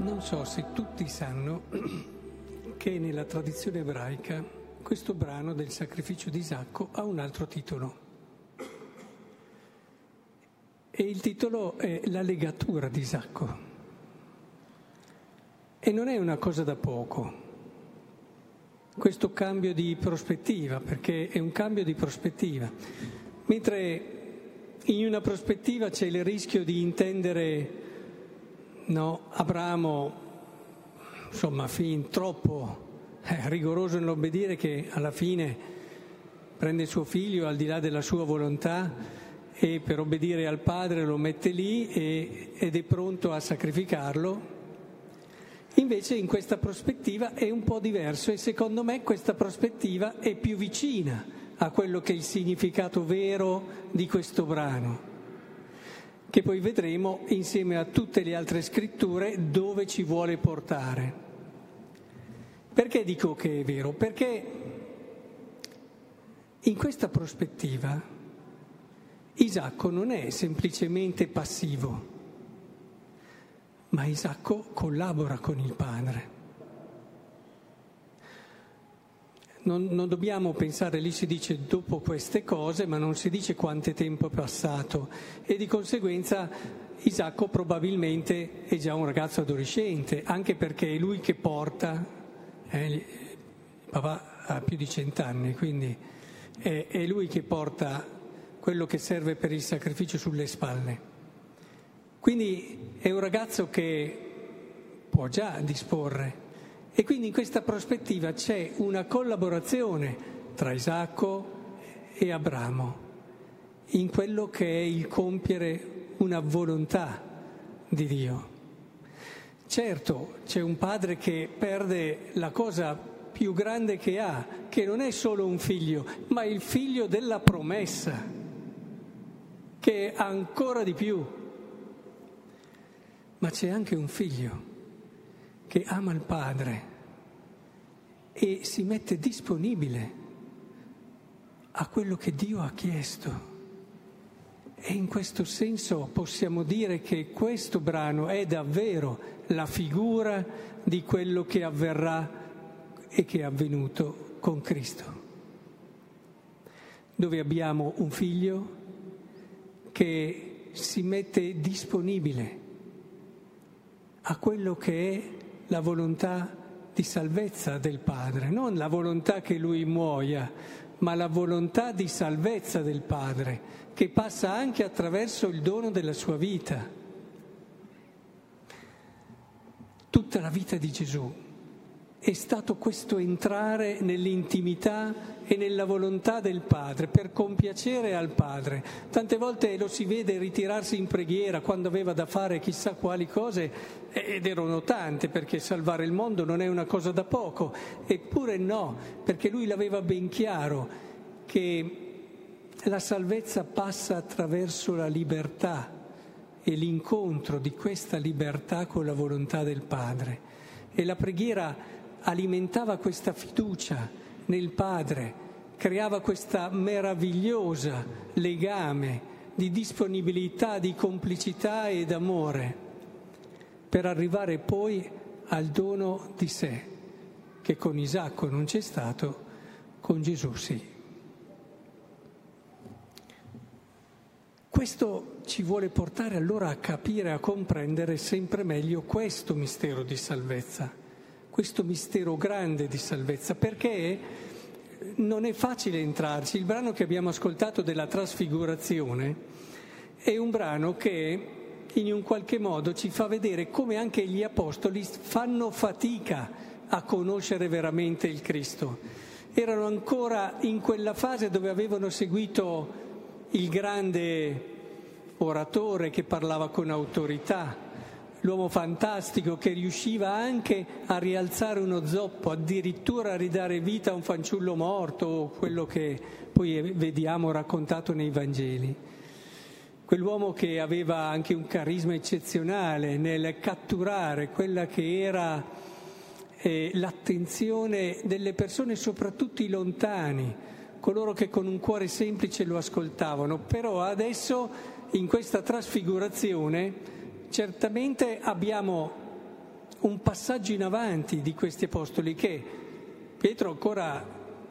Non so se tutti sanno che nella tradizione ebraica questo brano del sacrificio di Isacco ha un altro titolo. E il titolo è La legatura di Isacco. E non è una cosa da poco, questo cambio di prospettiva, perché è un cambio di prospettiva. Mentre in una prospettiva c'è il rischio di intendere Abramo, insomma, fin troppo rigoroso nell'obbedire, che alla fine prende suo figlio al di là della sua volontà e per obbedire al padre lo mette lì ed è pronto a sacrificarlo. Invece in questa prospettiva è un po' diverso e secondo me questa prospettiva è più vicina a quello che è il significato vero di questo brano, che poi vedremo insieme a tutte le altre scritture dove ci vuole portare. Perché dico che è vero? Perché in questa prospettiva Isacco non è semplicemente passivo, ma Isacco collabora con il padre. Non dobbiamo pensare, lì si dice dopo queste cose, ma non si dice quanto tempo è passato, e di conseguenza Isacco probabilmente è già un ragazzo adolescente, anche perché è lui che porta, il papà ha più di 100 anni, quindi è lui che porta quello che serve per il sacrificio sulle spalle. Quindi è un ragazzo che può già disporre. E quindi in questa prospettiva c'è una collaborazione tra Isacco e Abramo in quello che è il compiere una volontà di Dio. Certo, c'è un padre che perde la cosa più grande che ha, che non è solo un figlio, ma il figlio della promessa, che ha ancora di più. Ma c'è anche un figlio che ama il padre e si mette disponibile a quello che Dio ha chiesto. E in questo senso possiamo dire che questo brano è davvero la figura di quello che avverrà e che è avvenuto con Cristo, dove abbiamo un figlio che si mette disponibile a quello che è la volontà di salvezza del Padre, non la volontà che lui muoia, ma la volontà di salvezza del Padre, che passa anche attraverso il dono della sua vita. Tutta la vita di Gesù è stato questo entrare nell'intimità e nella volontà del Padre, per compiacere al Padre. Tante volte lo si vede ritirarsi in preghiera quando aveva da fare chissà quali cose, ed erano tante, perché salvare il mondo non è una cosa da poco, eppure no, perché lui l'aveva ben chiaro che la salvezza passa attraverso la libertà e l'incontro di questa libertà con la volontà del Padre. E la preghiera alimentava questa fiducia nel Padre, creava questa meravigliosa legame di disponibilità, di complicità e d'amore, per arrivare poi al dono di sé, che con Isacco non c'è stato, con Gesù sì. Questo ci vuole portare allora a capire, a comprendere sempre meglio questo mistero di salvezza, questo mistero grande di salvezza, perché non è facile entrarci. Il brano che abbiamo ascoltato della trasfigurazione è un brano che in un qualche modo ci fa vedere come anche gli apostoli fanno fatica a conoscere veramente il Cristo. Erano ancora in quella fase dove avevano seguito il grande oratore che parlava con autorità, l'uomo fantastico che riusciva anche a rialzare uno zoppo, addirittura a ridare vita a un fanciullo morto, quello che poi vediamo raccontato nei Vangeli. Quell'uomo che aveva anche un carisma eccezionale nel catturare quella che era l'attenzione delle persone, soprattutto i lontani, coloro che con un cuore semplice lo ascoltavano. Però adesso in questa trasfigurazione certamente abbiamo un passaggio in avanti di questi apostoli che Pietro ancora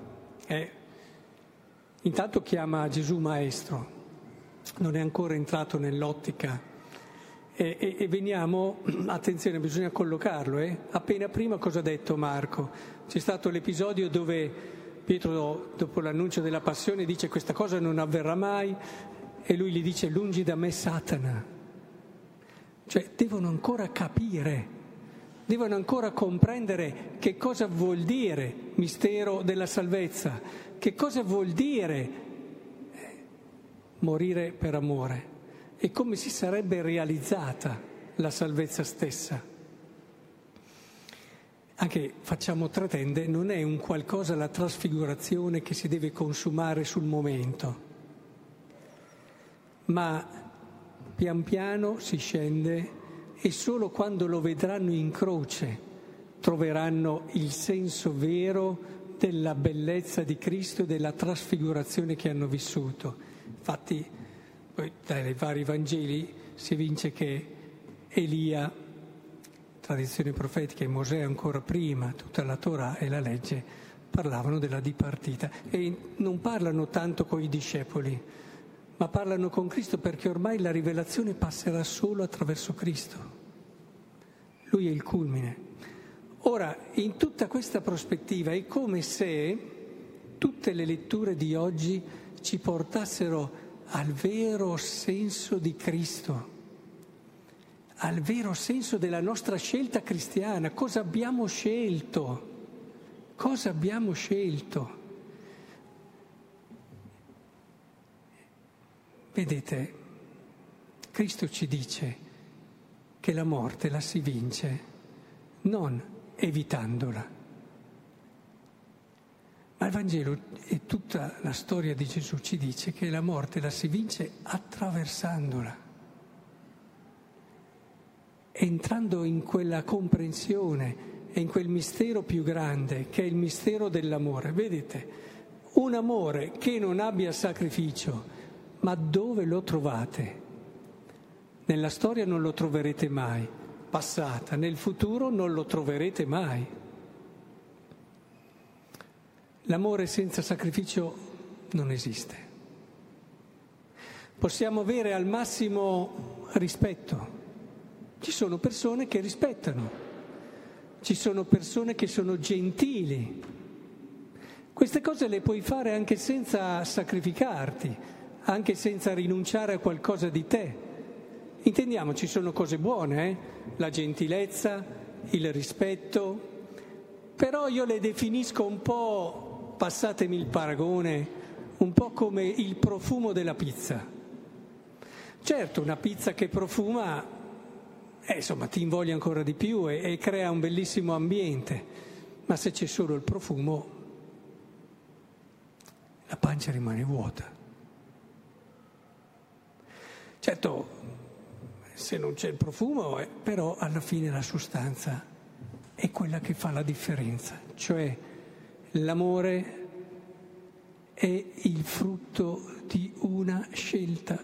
intanto chiama Gesù maestro, non è ancora entrato nell'ottica. E veniamo, attenzione, bisogna collocarlo, Appena prima cosa ha detto Marco? C'è stato l'episodio dove Pietro, dopo l'annuncio della passione, dice questa cosa non avverrà mai, e lui gli dice lungi da me Satana. Cioè devono ancora capire, devono ancora comprendere che cosa vuol dire mistero della salvezza, che cosa vuol dire morire per amore. E come si sarebbe realizzata la salvezza stessa. Anche facciamo tre tende, non è un qualcosa, la trasfigurazione che si deve consumare sul momento, ma pian piano si scende e solo quando lo vedranno in croce troveranno il senso vero della bellezza di Cristo e della trasfigurazione che hanno vissuto. Infatti, poi dai vari Vangeli si evince che Elia, tradizione profetica, e Mosè ancora prima, tutta la Torah e la legge, parlavano della dipartita. E non parlano tanto con i discepoli, ma parlano con Cristo perché ormai la rivelazione passerà solo attraverso Cristo. Lui è il culmine. Ora, in tutta questa prospettiva è come se tutte le letture di oggi ci portassero al vero senso di Cristo, al vero senso della nostra scelta cristiana. Cosa abbiamo scelto? Cosa abbiamo scelto? Vedete, Cristo ci dice che la morte la si vince non evitandola. Ma il Vangelo e tutta la storia di Gesù ci dice che la morte la si vince attraversandola, entrando in quella comprensione e in quel mistero più grande che è il mistero dell'amore. Vedete, un amore che non abbia sacrificio, ma dove lo trovate? Nella storia non lo troverete mai, passata, nel futuro non lo troverete mai. L'amore senza sacrificio non esiste. Possiamo avere al massimo rispetto. Ci sono persone che rispettano, ci sono persone che sono gentili. Queste cose le puoi fare anche senza sacrificarti, anche senza rinunciare a qualcosa di te. Intendiamo, ci sono cose buone, la gentilezza, il rispetto, però io le definisco un po', passatemi il paragone, un po' come il profumo della pizza. Certo, una pizza che profuma, insomma, ti invoglia ancora di più e crea un bellissimo ambiente, ma se c'è solo il profumo, la pancia rimane vuota. Certo, se non c'è il profumo, però alla fine la sostanza è quella che fa la differenza, cioè l'amore è il frutto di una scelta.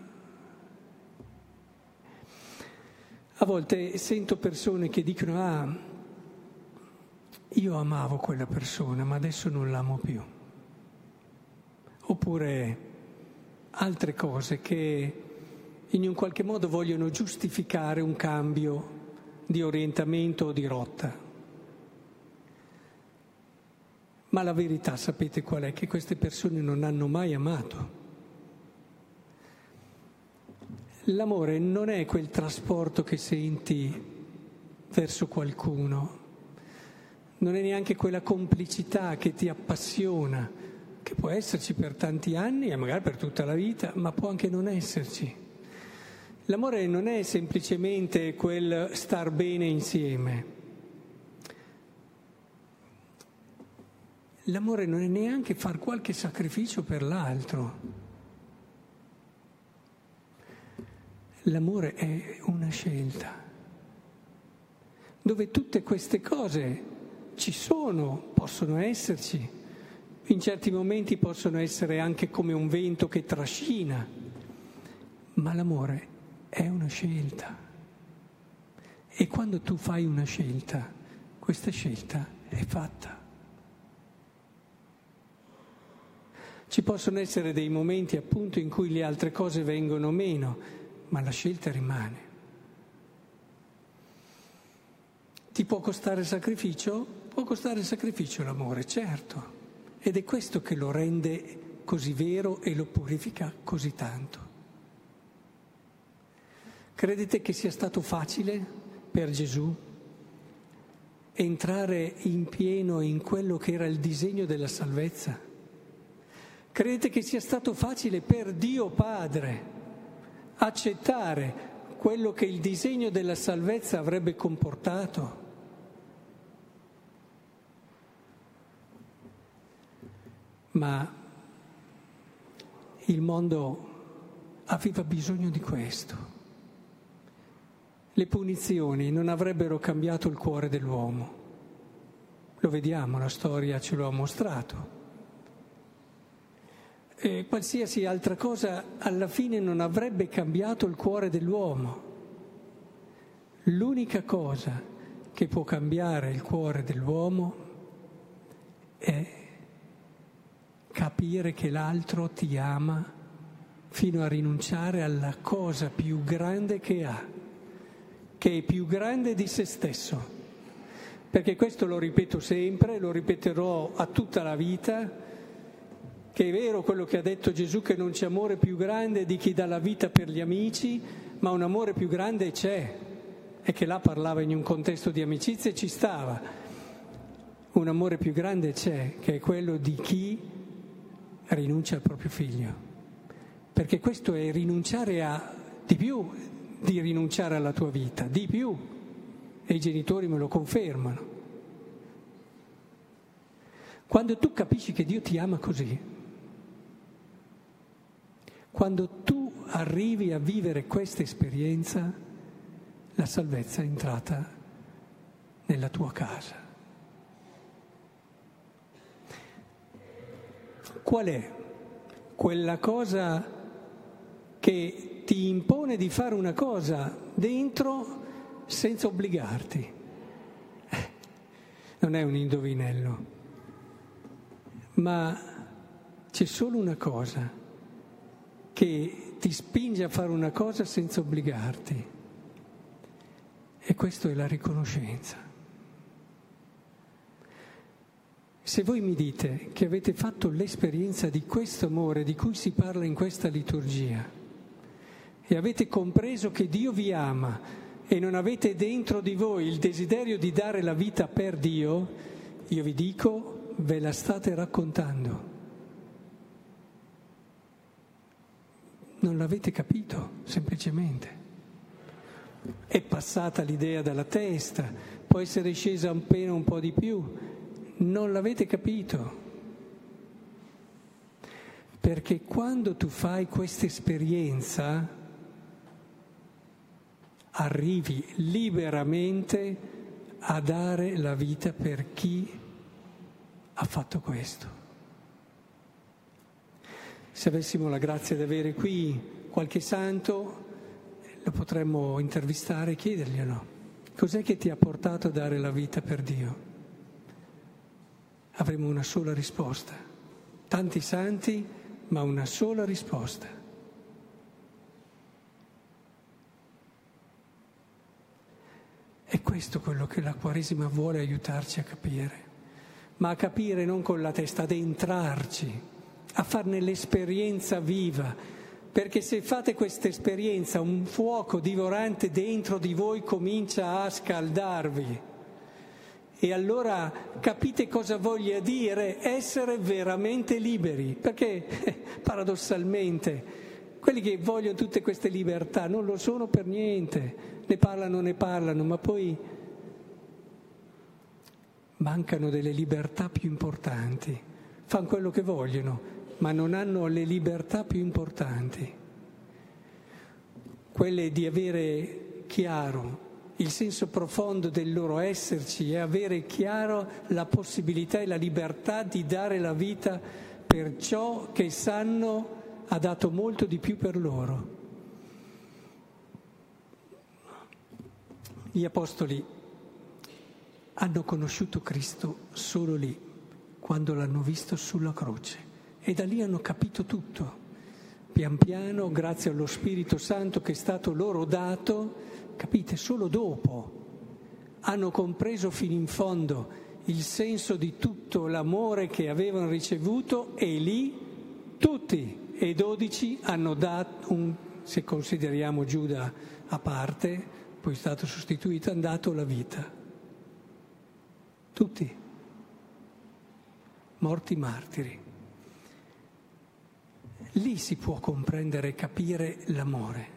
A volte sento persone che dicono io amavo quella persona ma adesso non l'amo più. Oppure altre cose che in un qualche modo vogliono giustificare un cambio di orientamento o di rotta. Ma la verità, sapete qual è? Che queste persone non hanno mai amato. L'amore non è quel trasporto che senti verso qualcuno, non è neanche quella complicità che ti appassiona, che può esserci per tanti anni e magari per tutta la vita, ma può anche non esserci. L'amore non è semplicemente quel star bene insieme. L'amore non è neanche far qualche sacrificio per l'altro. L'amore è una scelta, dove tutte queste cose ci sono, possono esserci, in certi momenti possono essere anche come un vento che trascina, ma l'amore è una scelta E quando tu fai una scelta, questa scelta è fatta. Ci possono essere dei momenti appunto in cui le altre cose vengono meno, ma la scelta rimane. Ti può costare sacrificio? Può costare sacrificio l'amore, certo. Ed è questo che lo rende così vero e lo purifica così tanto. Credete che sia stato facile per Gesù entrare in pieno in quello che era il disegno della salvezza? Credete che sia stato facile per Dio Padre accettare quello che il disegno della salvezza avrebbe comportato? Ma il mondo aveva bisogno di questo. Le punizioni non avrebbero cambiato il cuore dell'uomo. Lo vediamo, la storia ce lo ha mostrato. E qualsiasi altra cosa alla fine non avrebbe cambiato il cuore dell'uomo. L'unica cosa che può cambiare il cuore dell'uomo è capire che l'altro ti ama fino a rinunciare alla cosa più grande che ha, che è più grande di se stesso. Perché questo lo ripeto sempre, lo ripeterò a tutta la vita, che è vero quello che ha detto Gesù, che non c'è amore più grande di chi dà la vita per gli amici, ma un amore più grande c'è, e che là parlava in un contesto di amicizia e ci stava. Un amore più grande c'è, che è quello di chi rinuncia al proprio figlio, perché questo è rinunciare a di più di rinunciare alla tua vita, di più, e i genitori me lo confermano. Quando tu capisci che Dio ti ama così, quando tu arrivi a vivere questa esperienza, la salvezza è entrata nella tua casa. Qual è quella cosa che ti impone di fare una cosa dentro senza obbligarti? Non è un indovinello, ma c'è solo una cosa che ti spinge a fare una cosa senza obbligarti, e questo è la riconoscenza. Se voi mi dite che avete fatto l'esperienza di questo amore di cui si parla in questa liturgia e avete compreso che Dio vi ama e non avete dentro di voi il desiderio di dare la vita per Dio, io vi dico, ve la state raccontando. Non l'avete capito, semplicemente. È passata l'idea dalla testa, può essere scesa appena un po' di più. Non l'avete capito, perché quando tu fai questa esperienza arrivi liberamente a dare la vita per chi ha fatto questo. Se avessimo la grazia di avere qui qualche santo, lo potremmo intervistare e chiederglielo. Cos'è che ti ha portato a dare la vita per Dio? Avremo una sola risposta. Tanti santi, ma una sola risposta. È questo quello che la Quaresima vuole aiutarci a capire, ma a capire non con la testa, ad entrarci, a farne l'esperienza viva, perché se fate questa esperienza un fuoco divorante dentro di voi comincia a scaldarvi. E allora capite cosa voglia dire essere veramente liberi, perché paradossalmente quelli che vogliono tutte queste libertà non lo sono per niente, ne parlano, ma poi mancano delle libertà più importanti, fanno quello che vogliono, ma non hanno le libertà più importanti, quelle di avere chiaro il senso profondo del loro esserci e avere chiaro la possibilità e la libertà di dare la vita per ciò che sanno ha dato molto di più per loro. Gli apostoli hanno conosciuto Cristo solo lì, quando l'hanno visto sulla croce, e da lì hanno capito tutto. Pian piano, grazie allo Spirito Santo che è stato loro dato, capite, solo dopo hanno compreso fino in fondo il senso di tutto l'amore che avevano ricevuto, e lì tutti e 12 hanno dato, se consideriamo Giuda a parte, poi è stato sostituito, hanno dato la vita. Tutti, morti martiri. Lì si può comprendere e capire l'amore.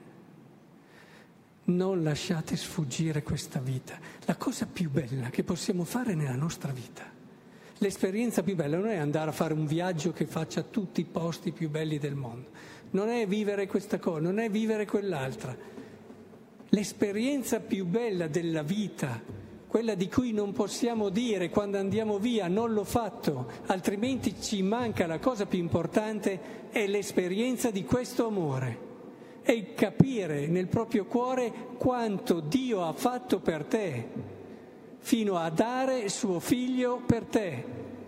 Non lasciate sfuggire questa vita. La cosa più bella che possiamo fare nella nostra vita, l'esperienza più bella non è andare a fare un viaggio che faccia tutti i posti più belli del mondo, non è vivere questa cosa, non è vivere quell'altra. L'esperienza più bella della vita, quella di cui non possiamo dire quando andiamo via non l'ho fatto, altrimenti ci manca la cosa più importante, è l'esperienza di questo amore. E capire nel proprio cuore quanto Dio ha fatto per te, fino a dare suo figlio per te.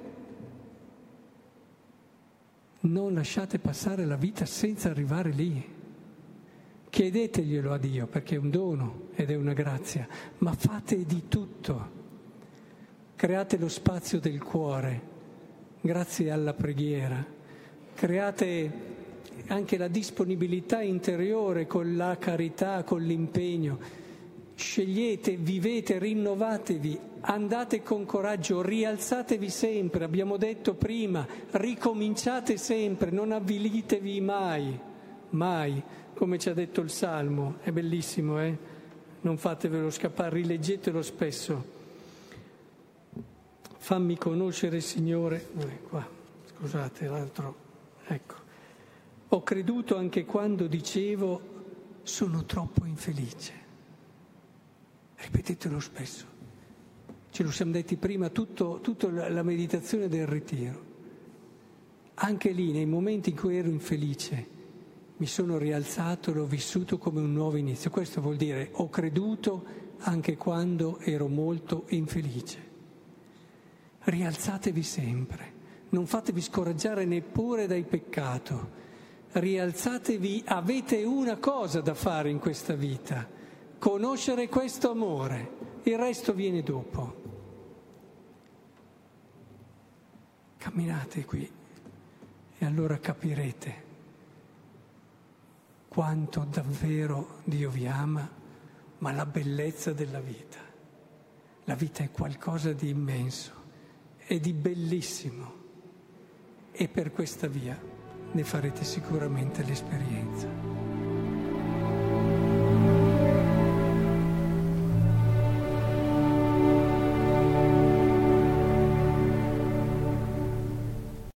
Non lasciate passare la vita senza arrivare lì. Chiedeteglielo a Dio, perché è un dono ed è una grazia, ma fate di tutto. Create lo spazio del cuore, grazie alla preghiera. Create anche la disponibilità interiore con la carità, con l'impegno. Scegliete, vivete, rinnovatevi, andate con coraggio, rialzatevi sempre, abbiamo detto prima, ricominciate sempre, non avvilitevi mai, mai, come ci ha detto il Salmo, è bellissimo, non fatevelo scappare, rileggetelo spesso. Fammi conoscere, Signore, qua, scusate, l'altro, ecco. Ho creduto anche quando dicevo sono troppo infelice. Ripetetelo spesso. Ce lo siamo detti prima, tutta la meditazione del ritiro. Anche lì, nei momenti in cui ero infelice, mi sono rialzato e l'ho vissuto come un nuovo inizio. Questo vuol dire ho creduto anche quando ero molto infelice. Rialzatevi sempre, non fatevi scoraggiare neppure dai peccati. Rialzatevi, avete una cosa da fare in questa vita, conoscere questo amore, il resto viene dopo. Camminate qui e allora capirete quanto davvero Dio vi ama, ma la bellezza della vita. La vita è qualcosa di immenso e di bellissimo, e per questa via ne farete sicuramente l'esperienza.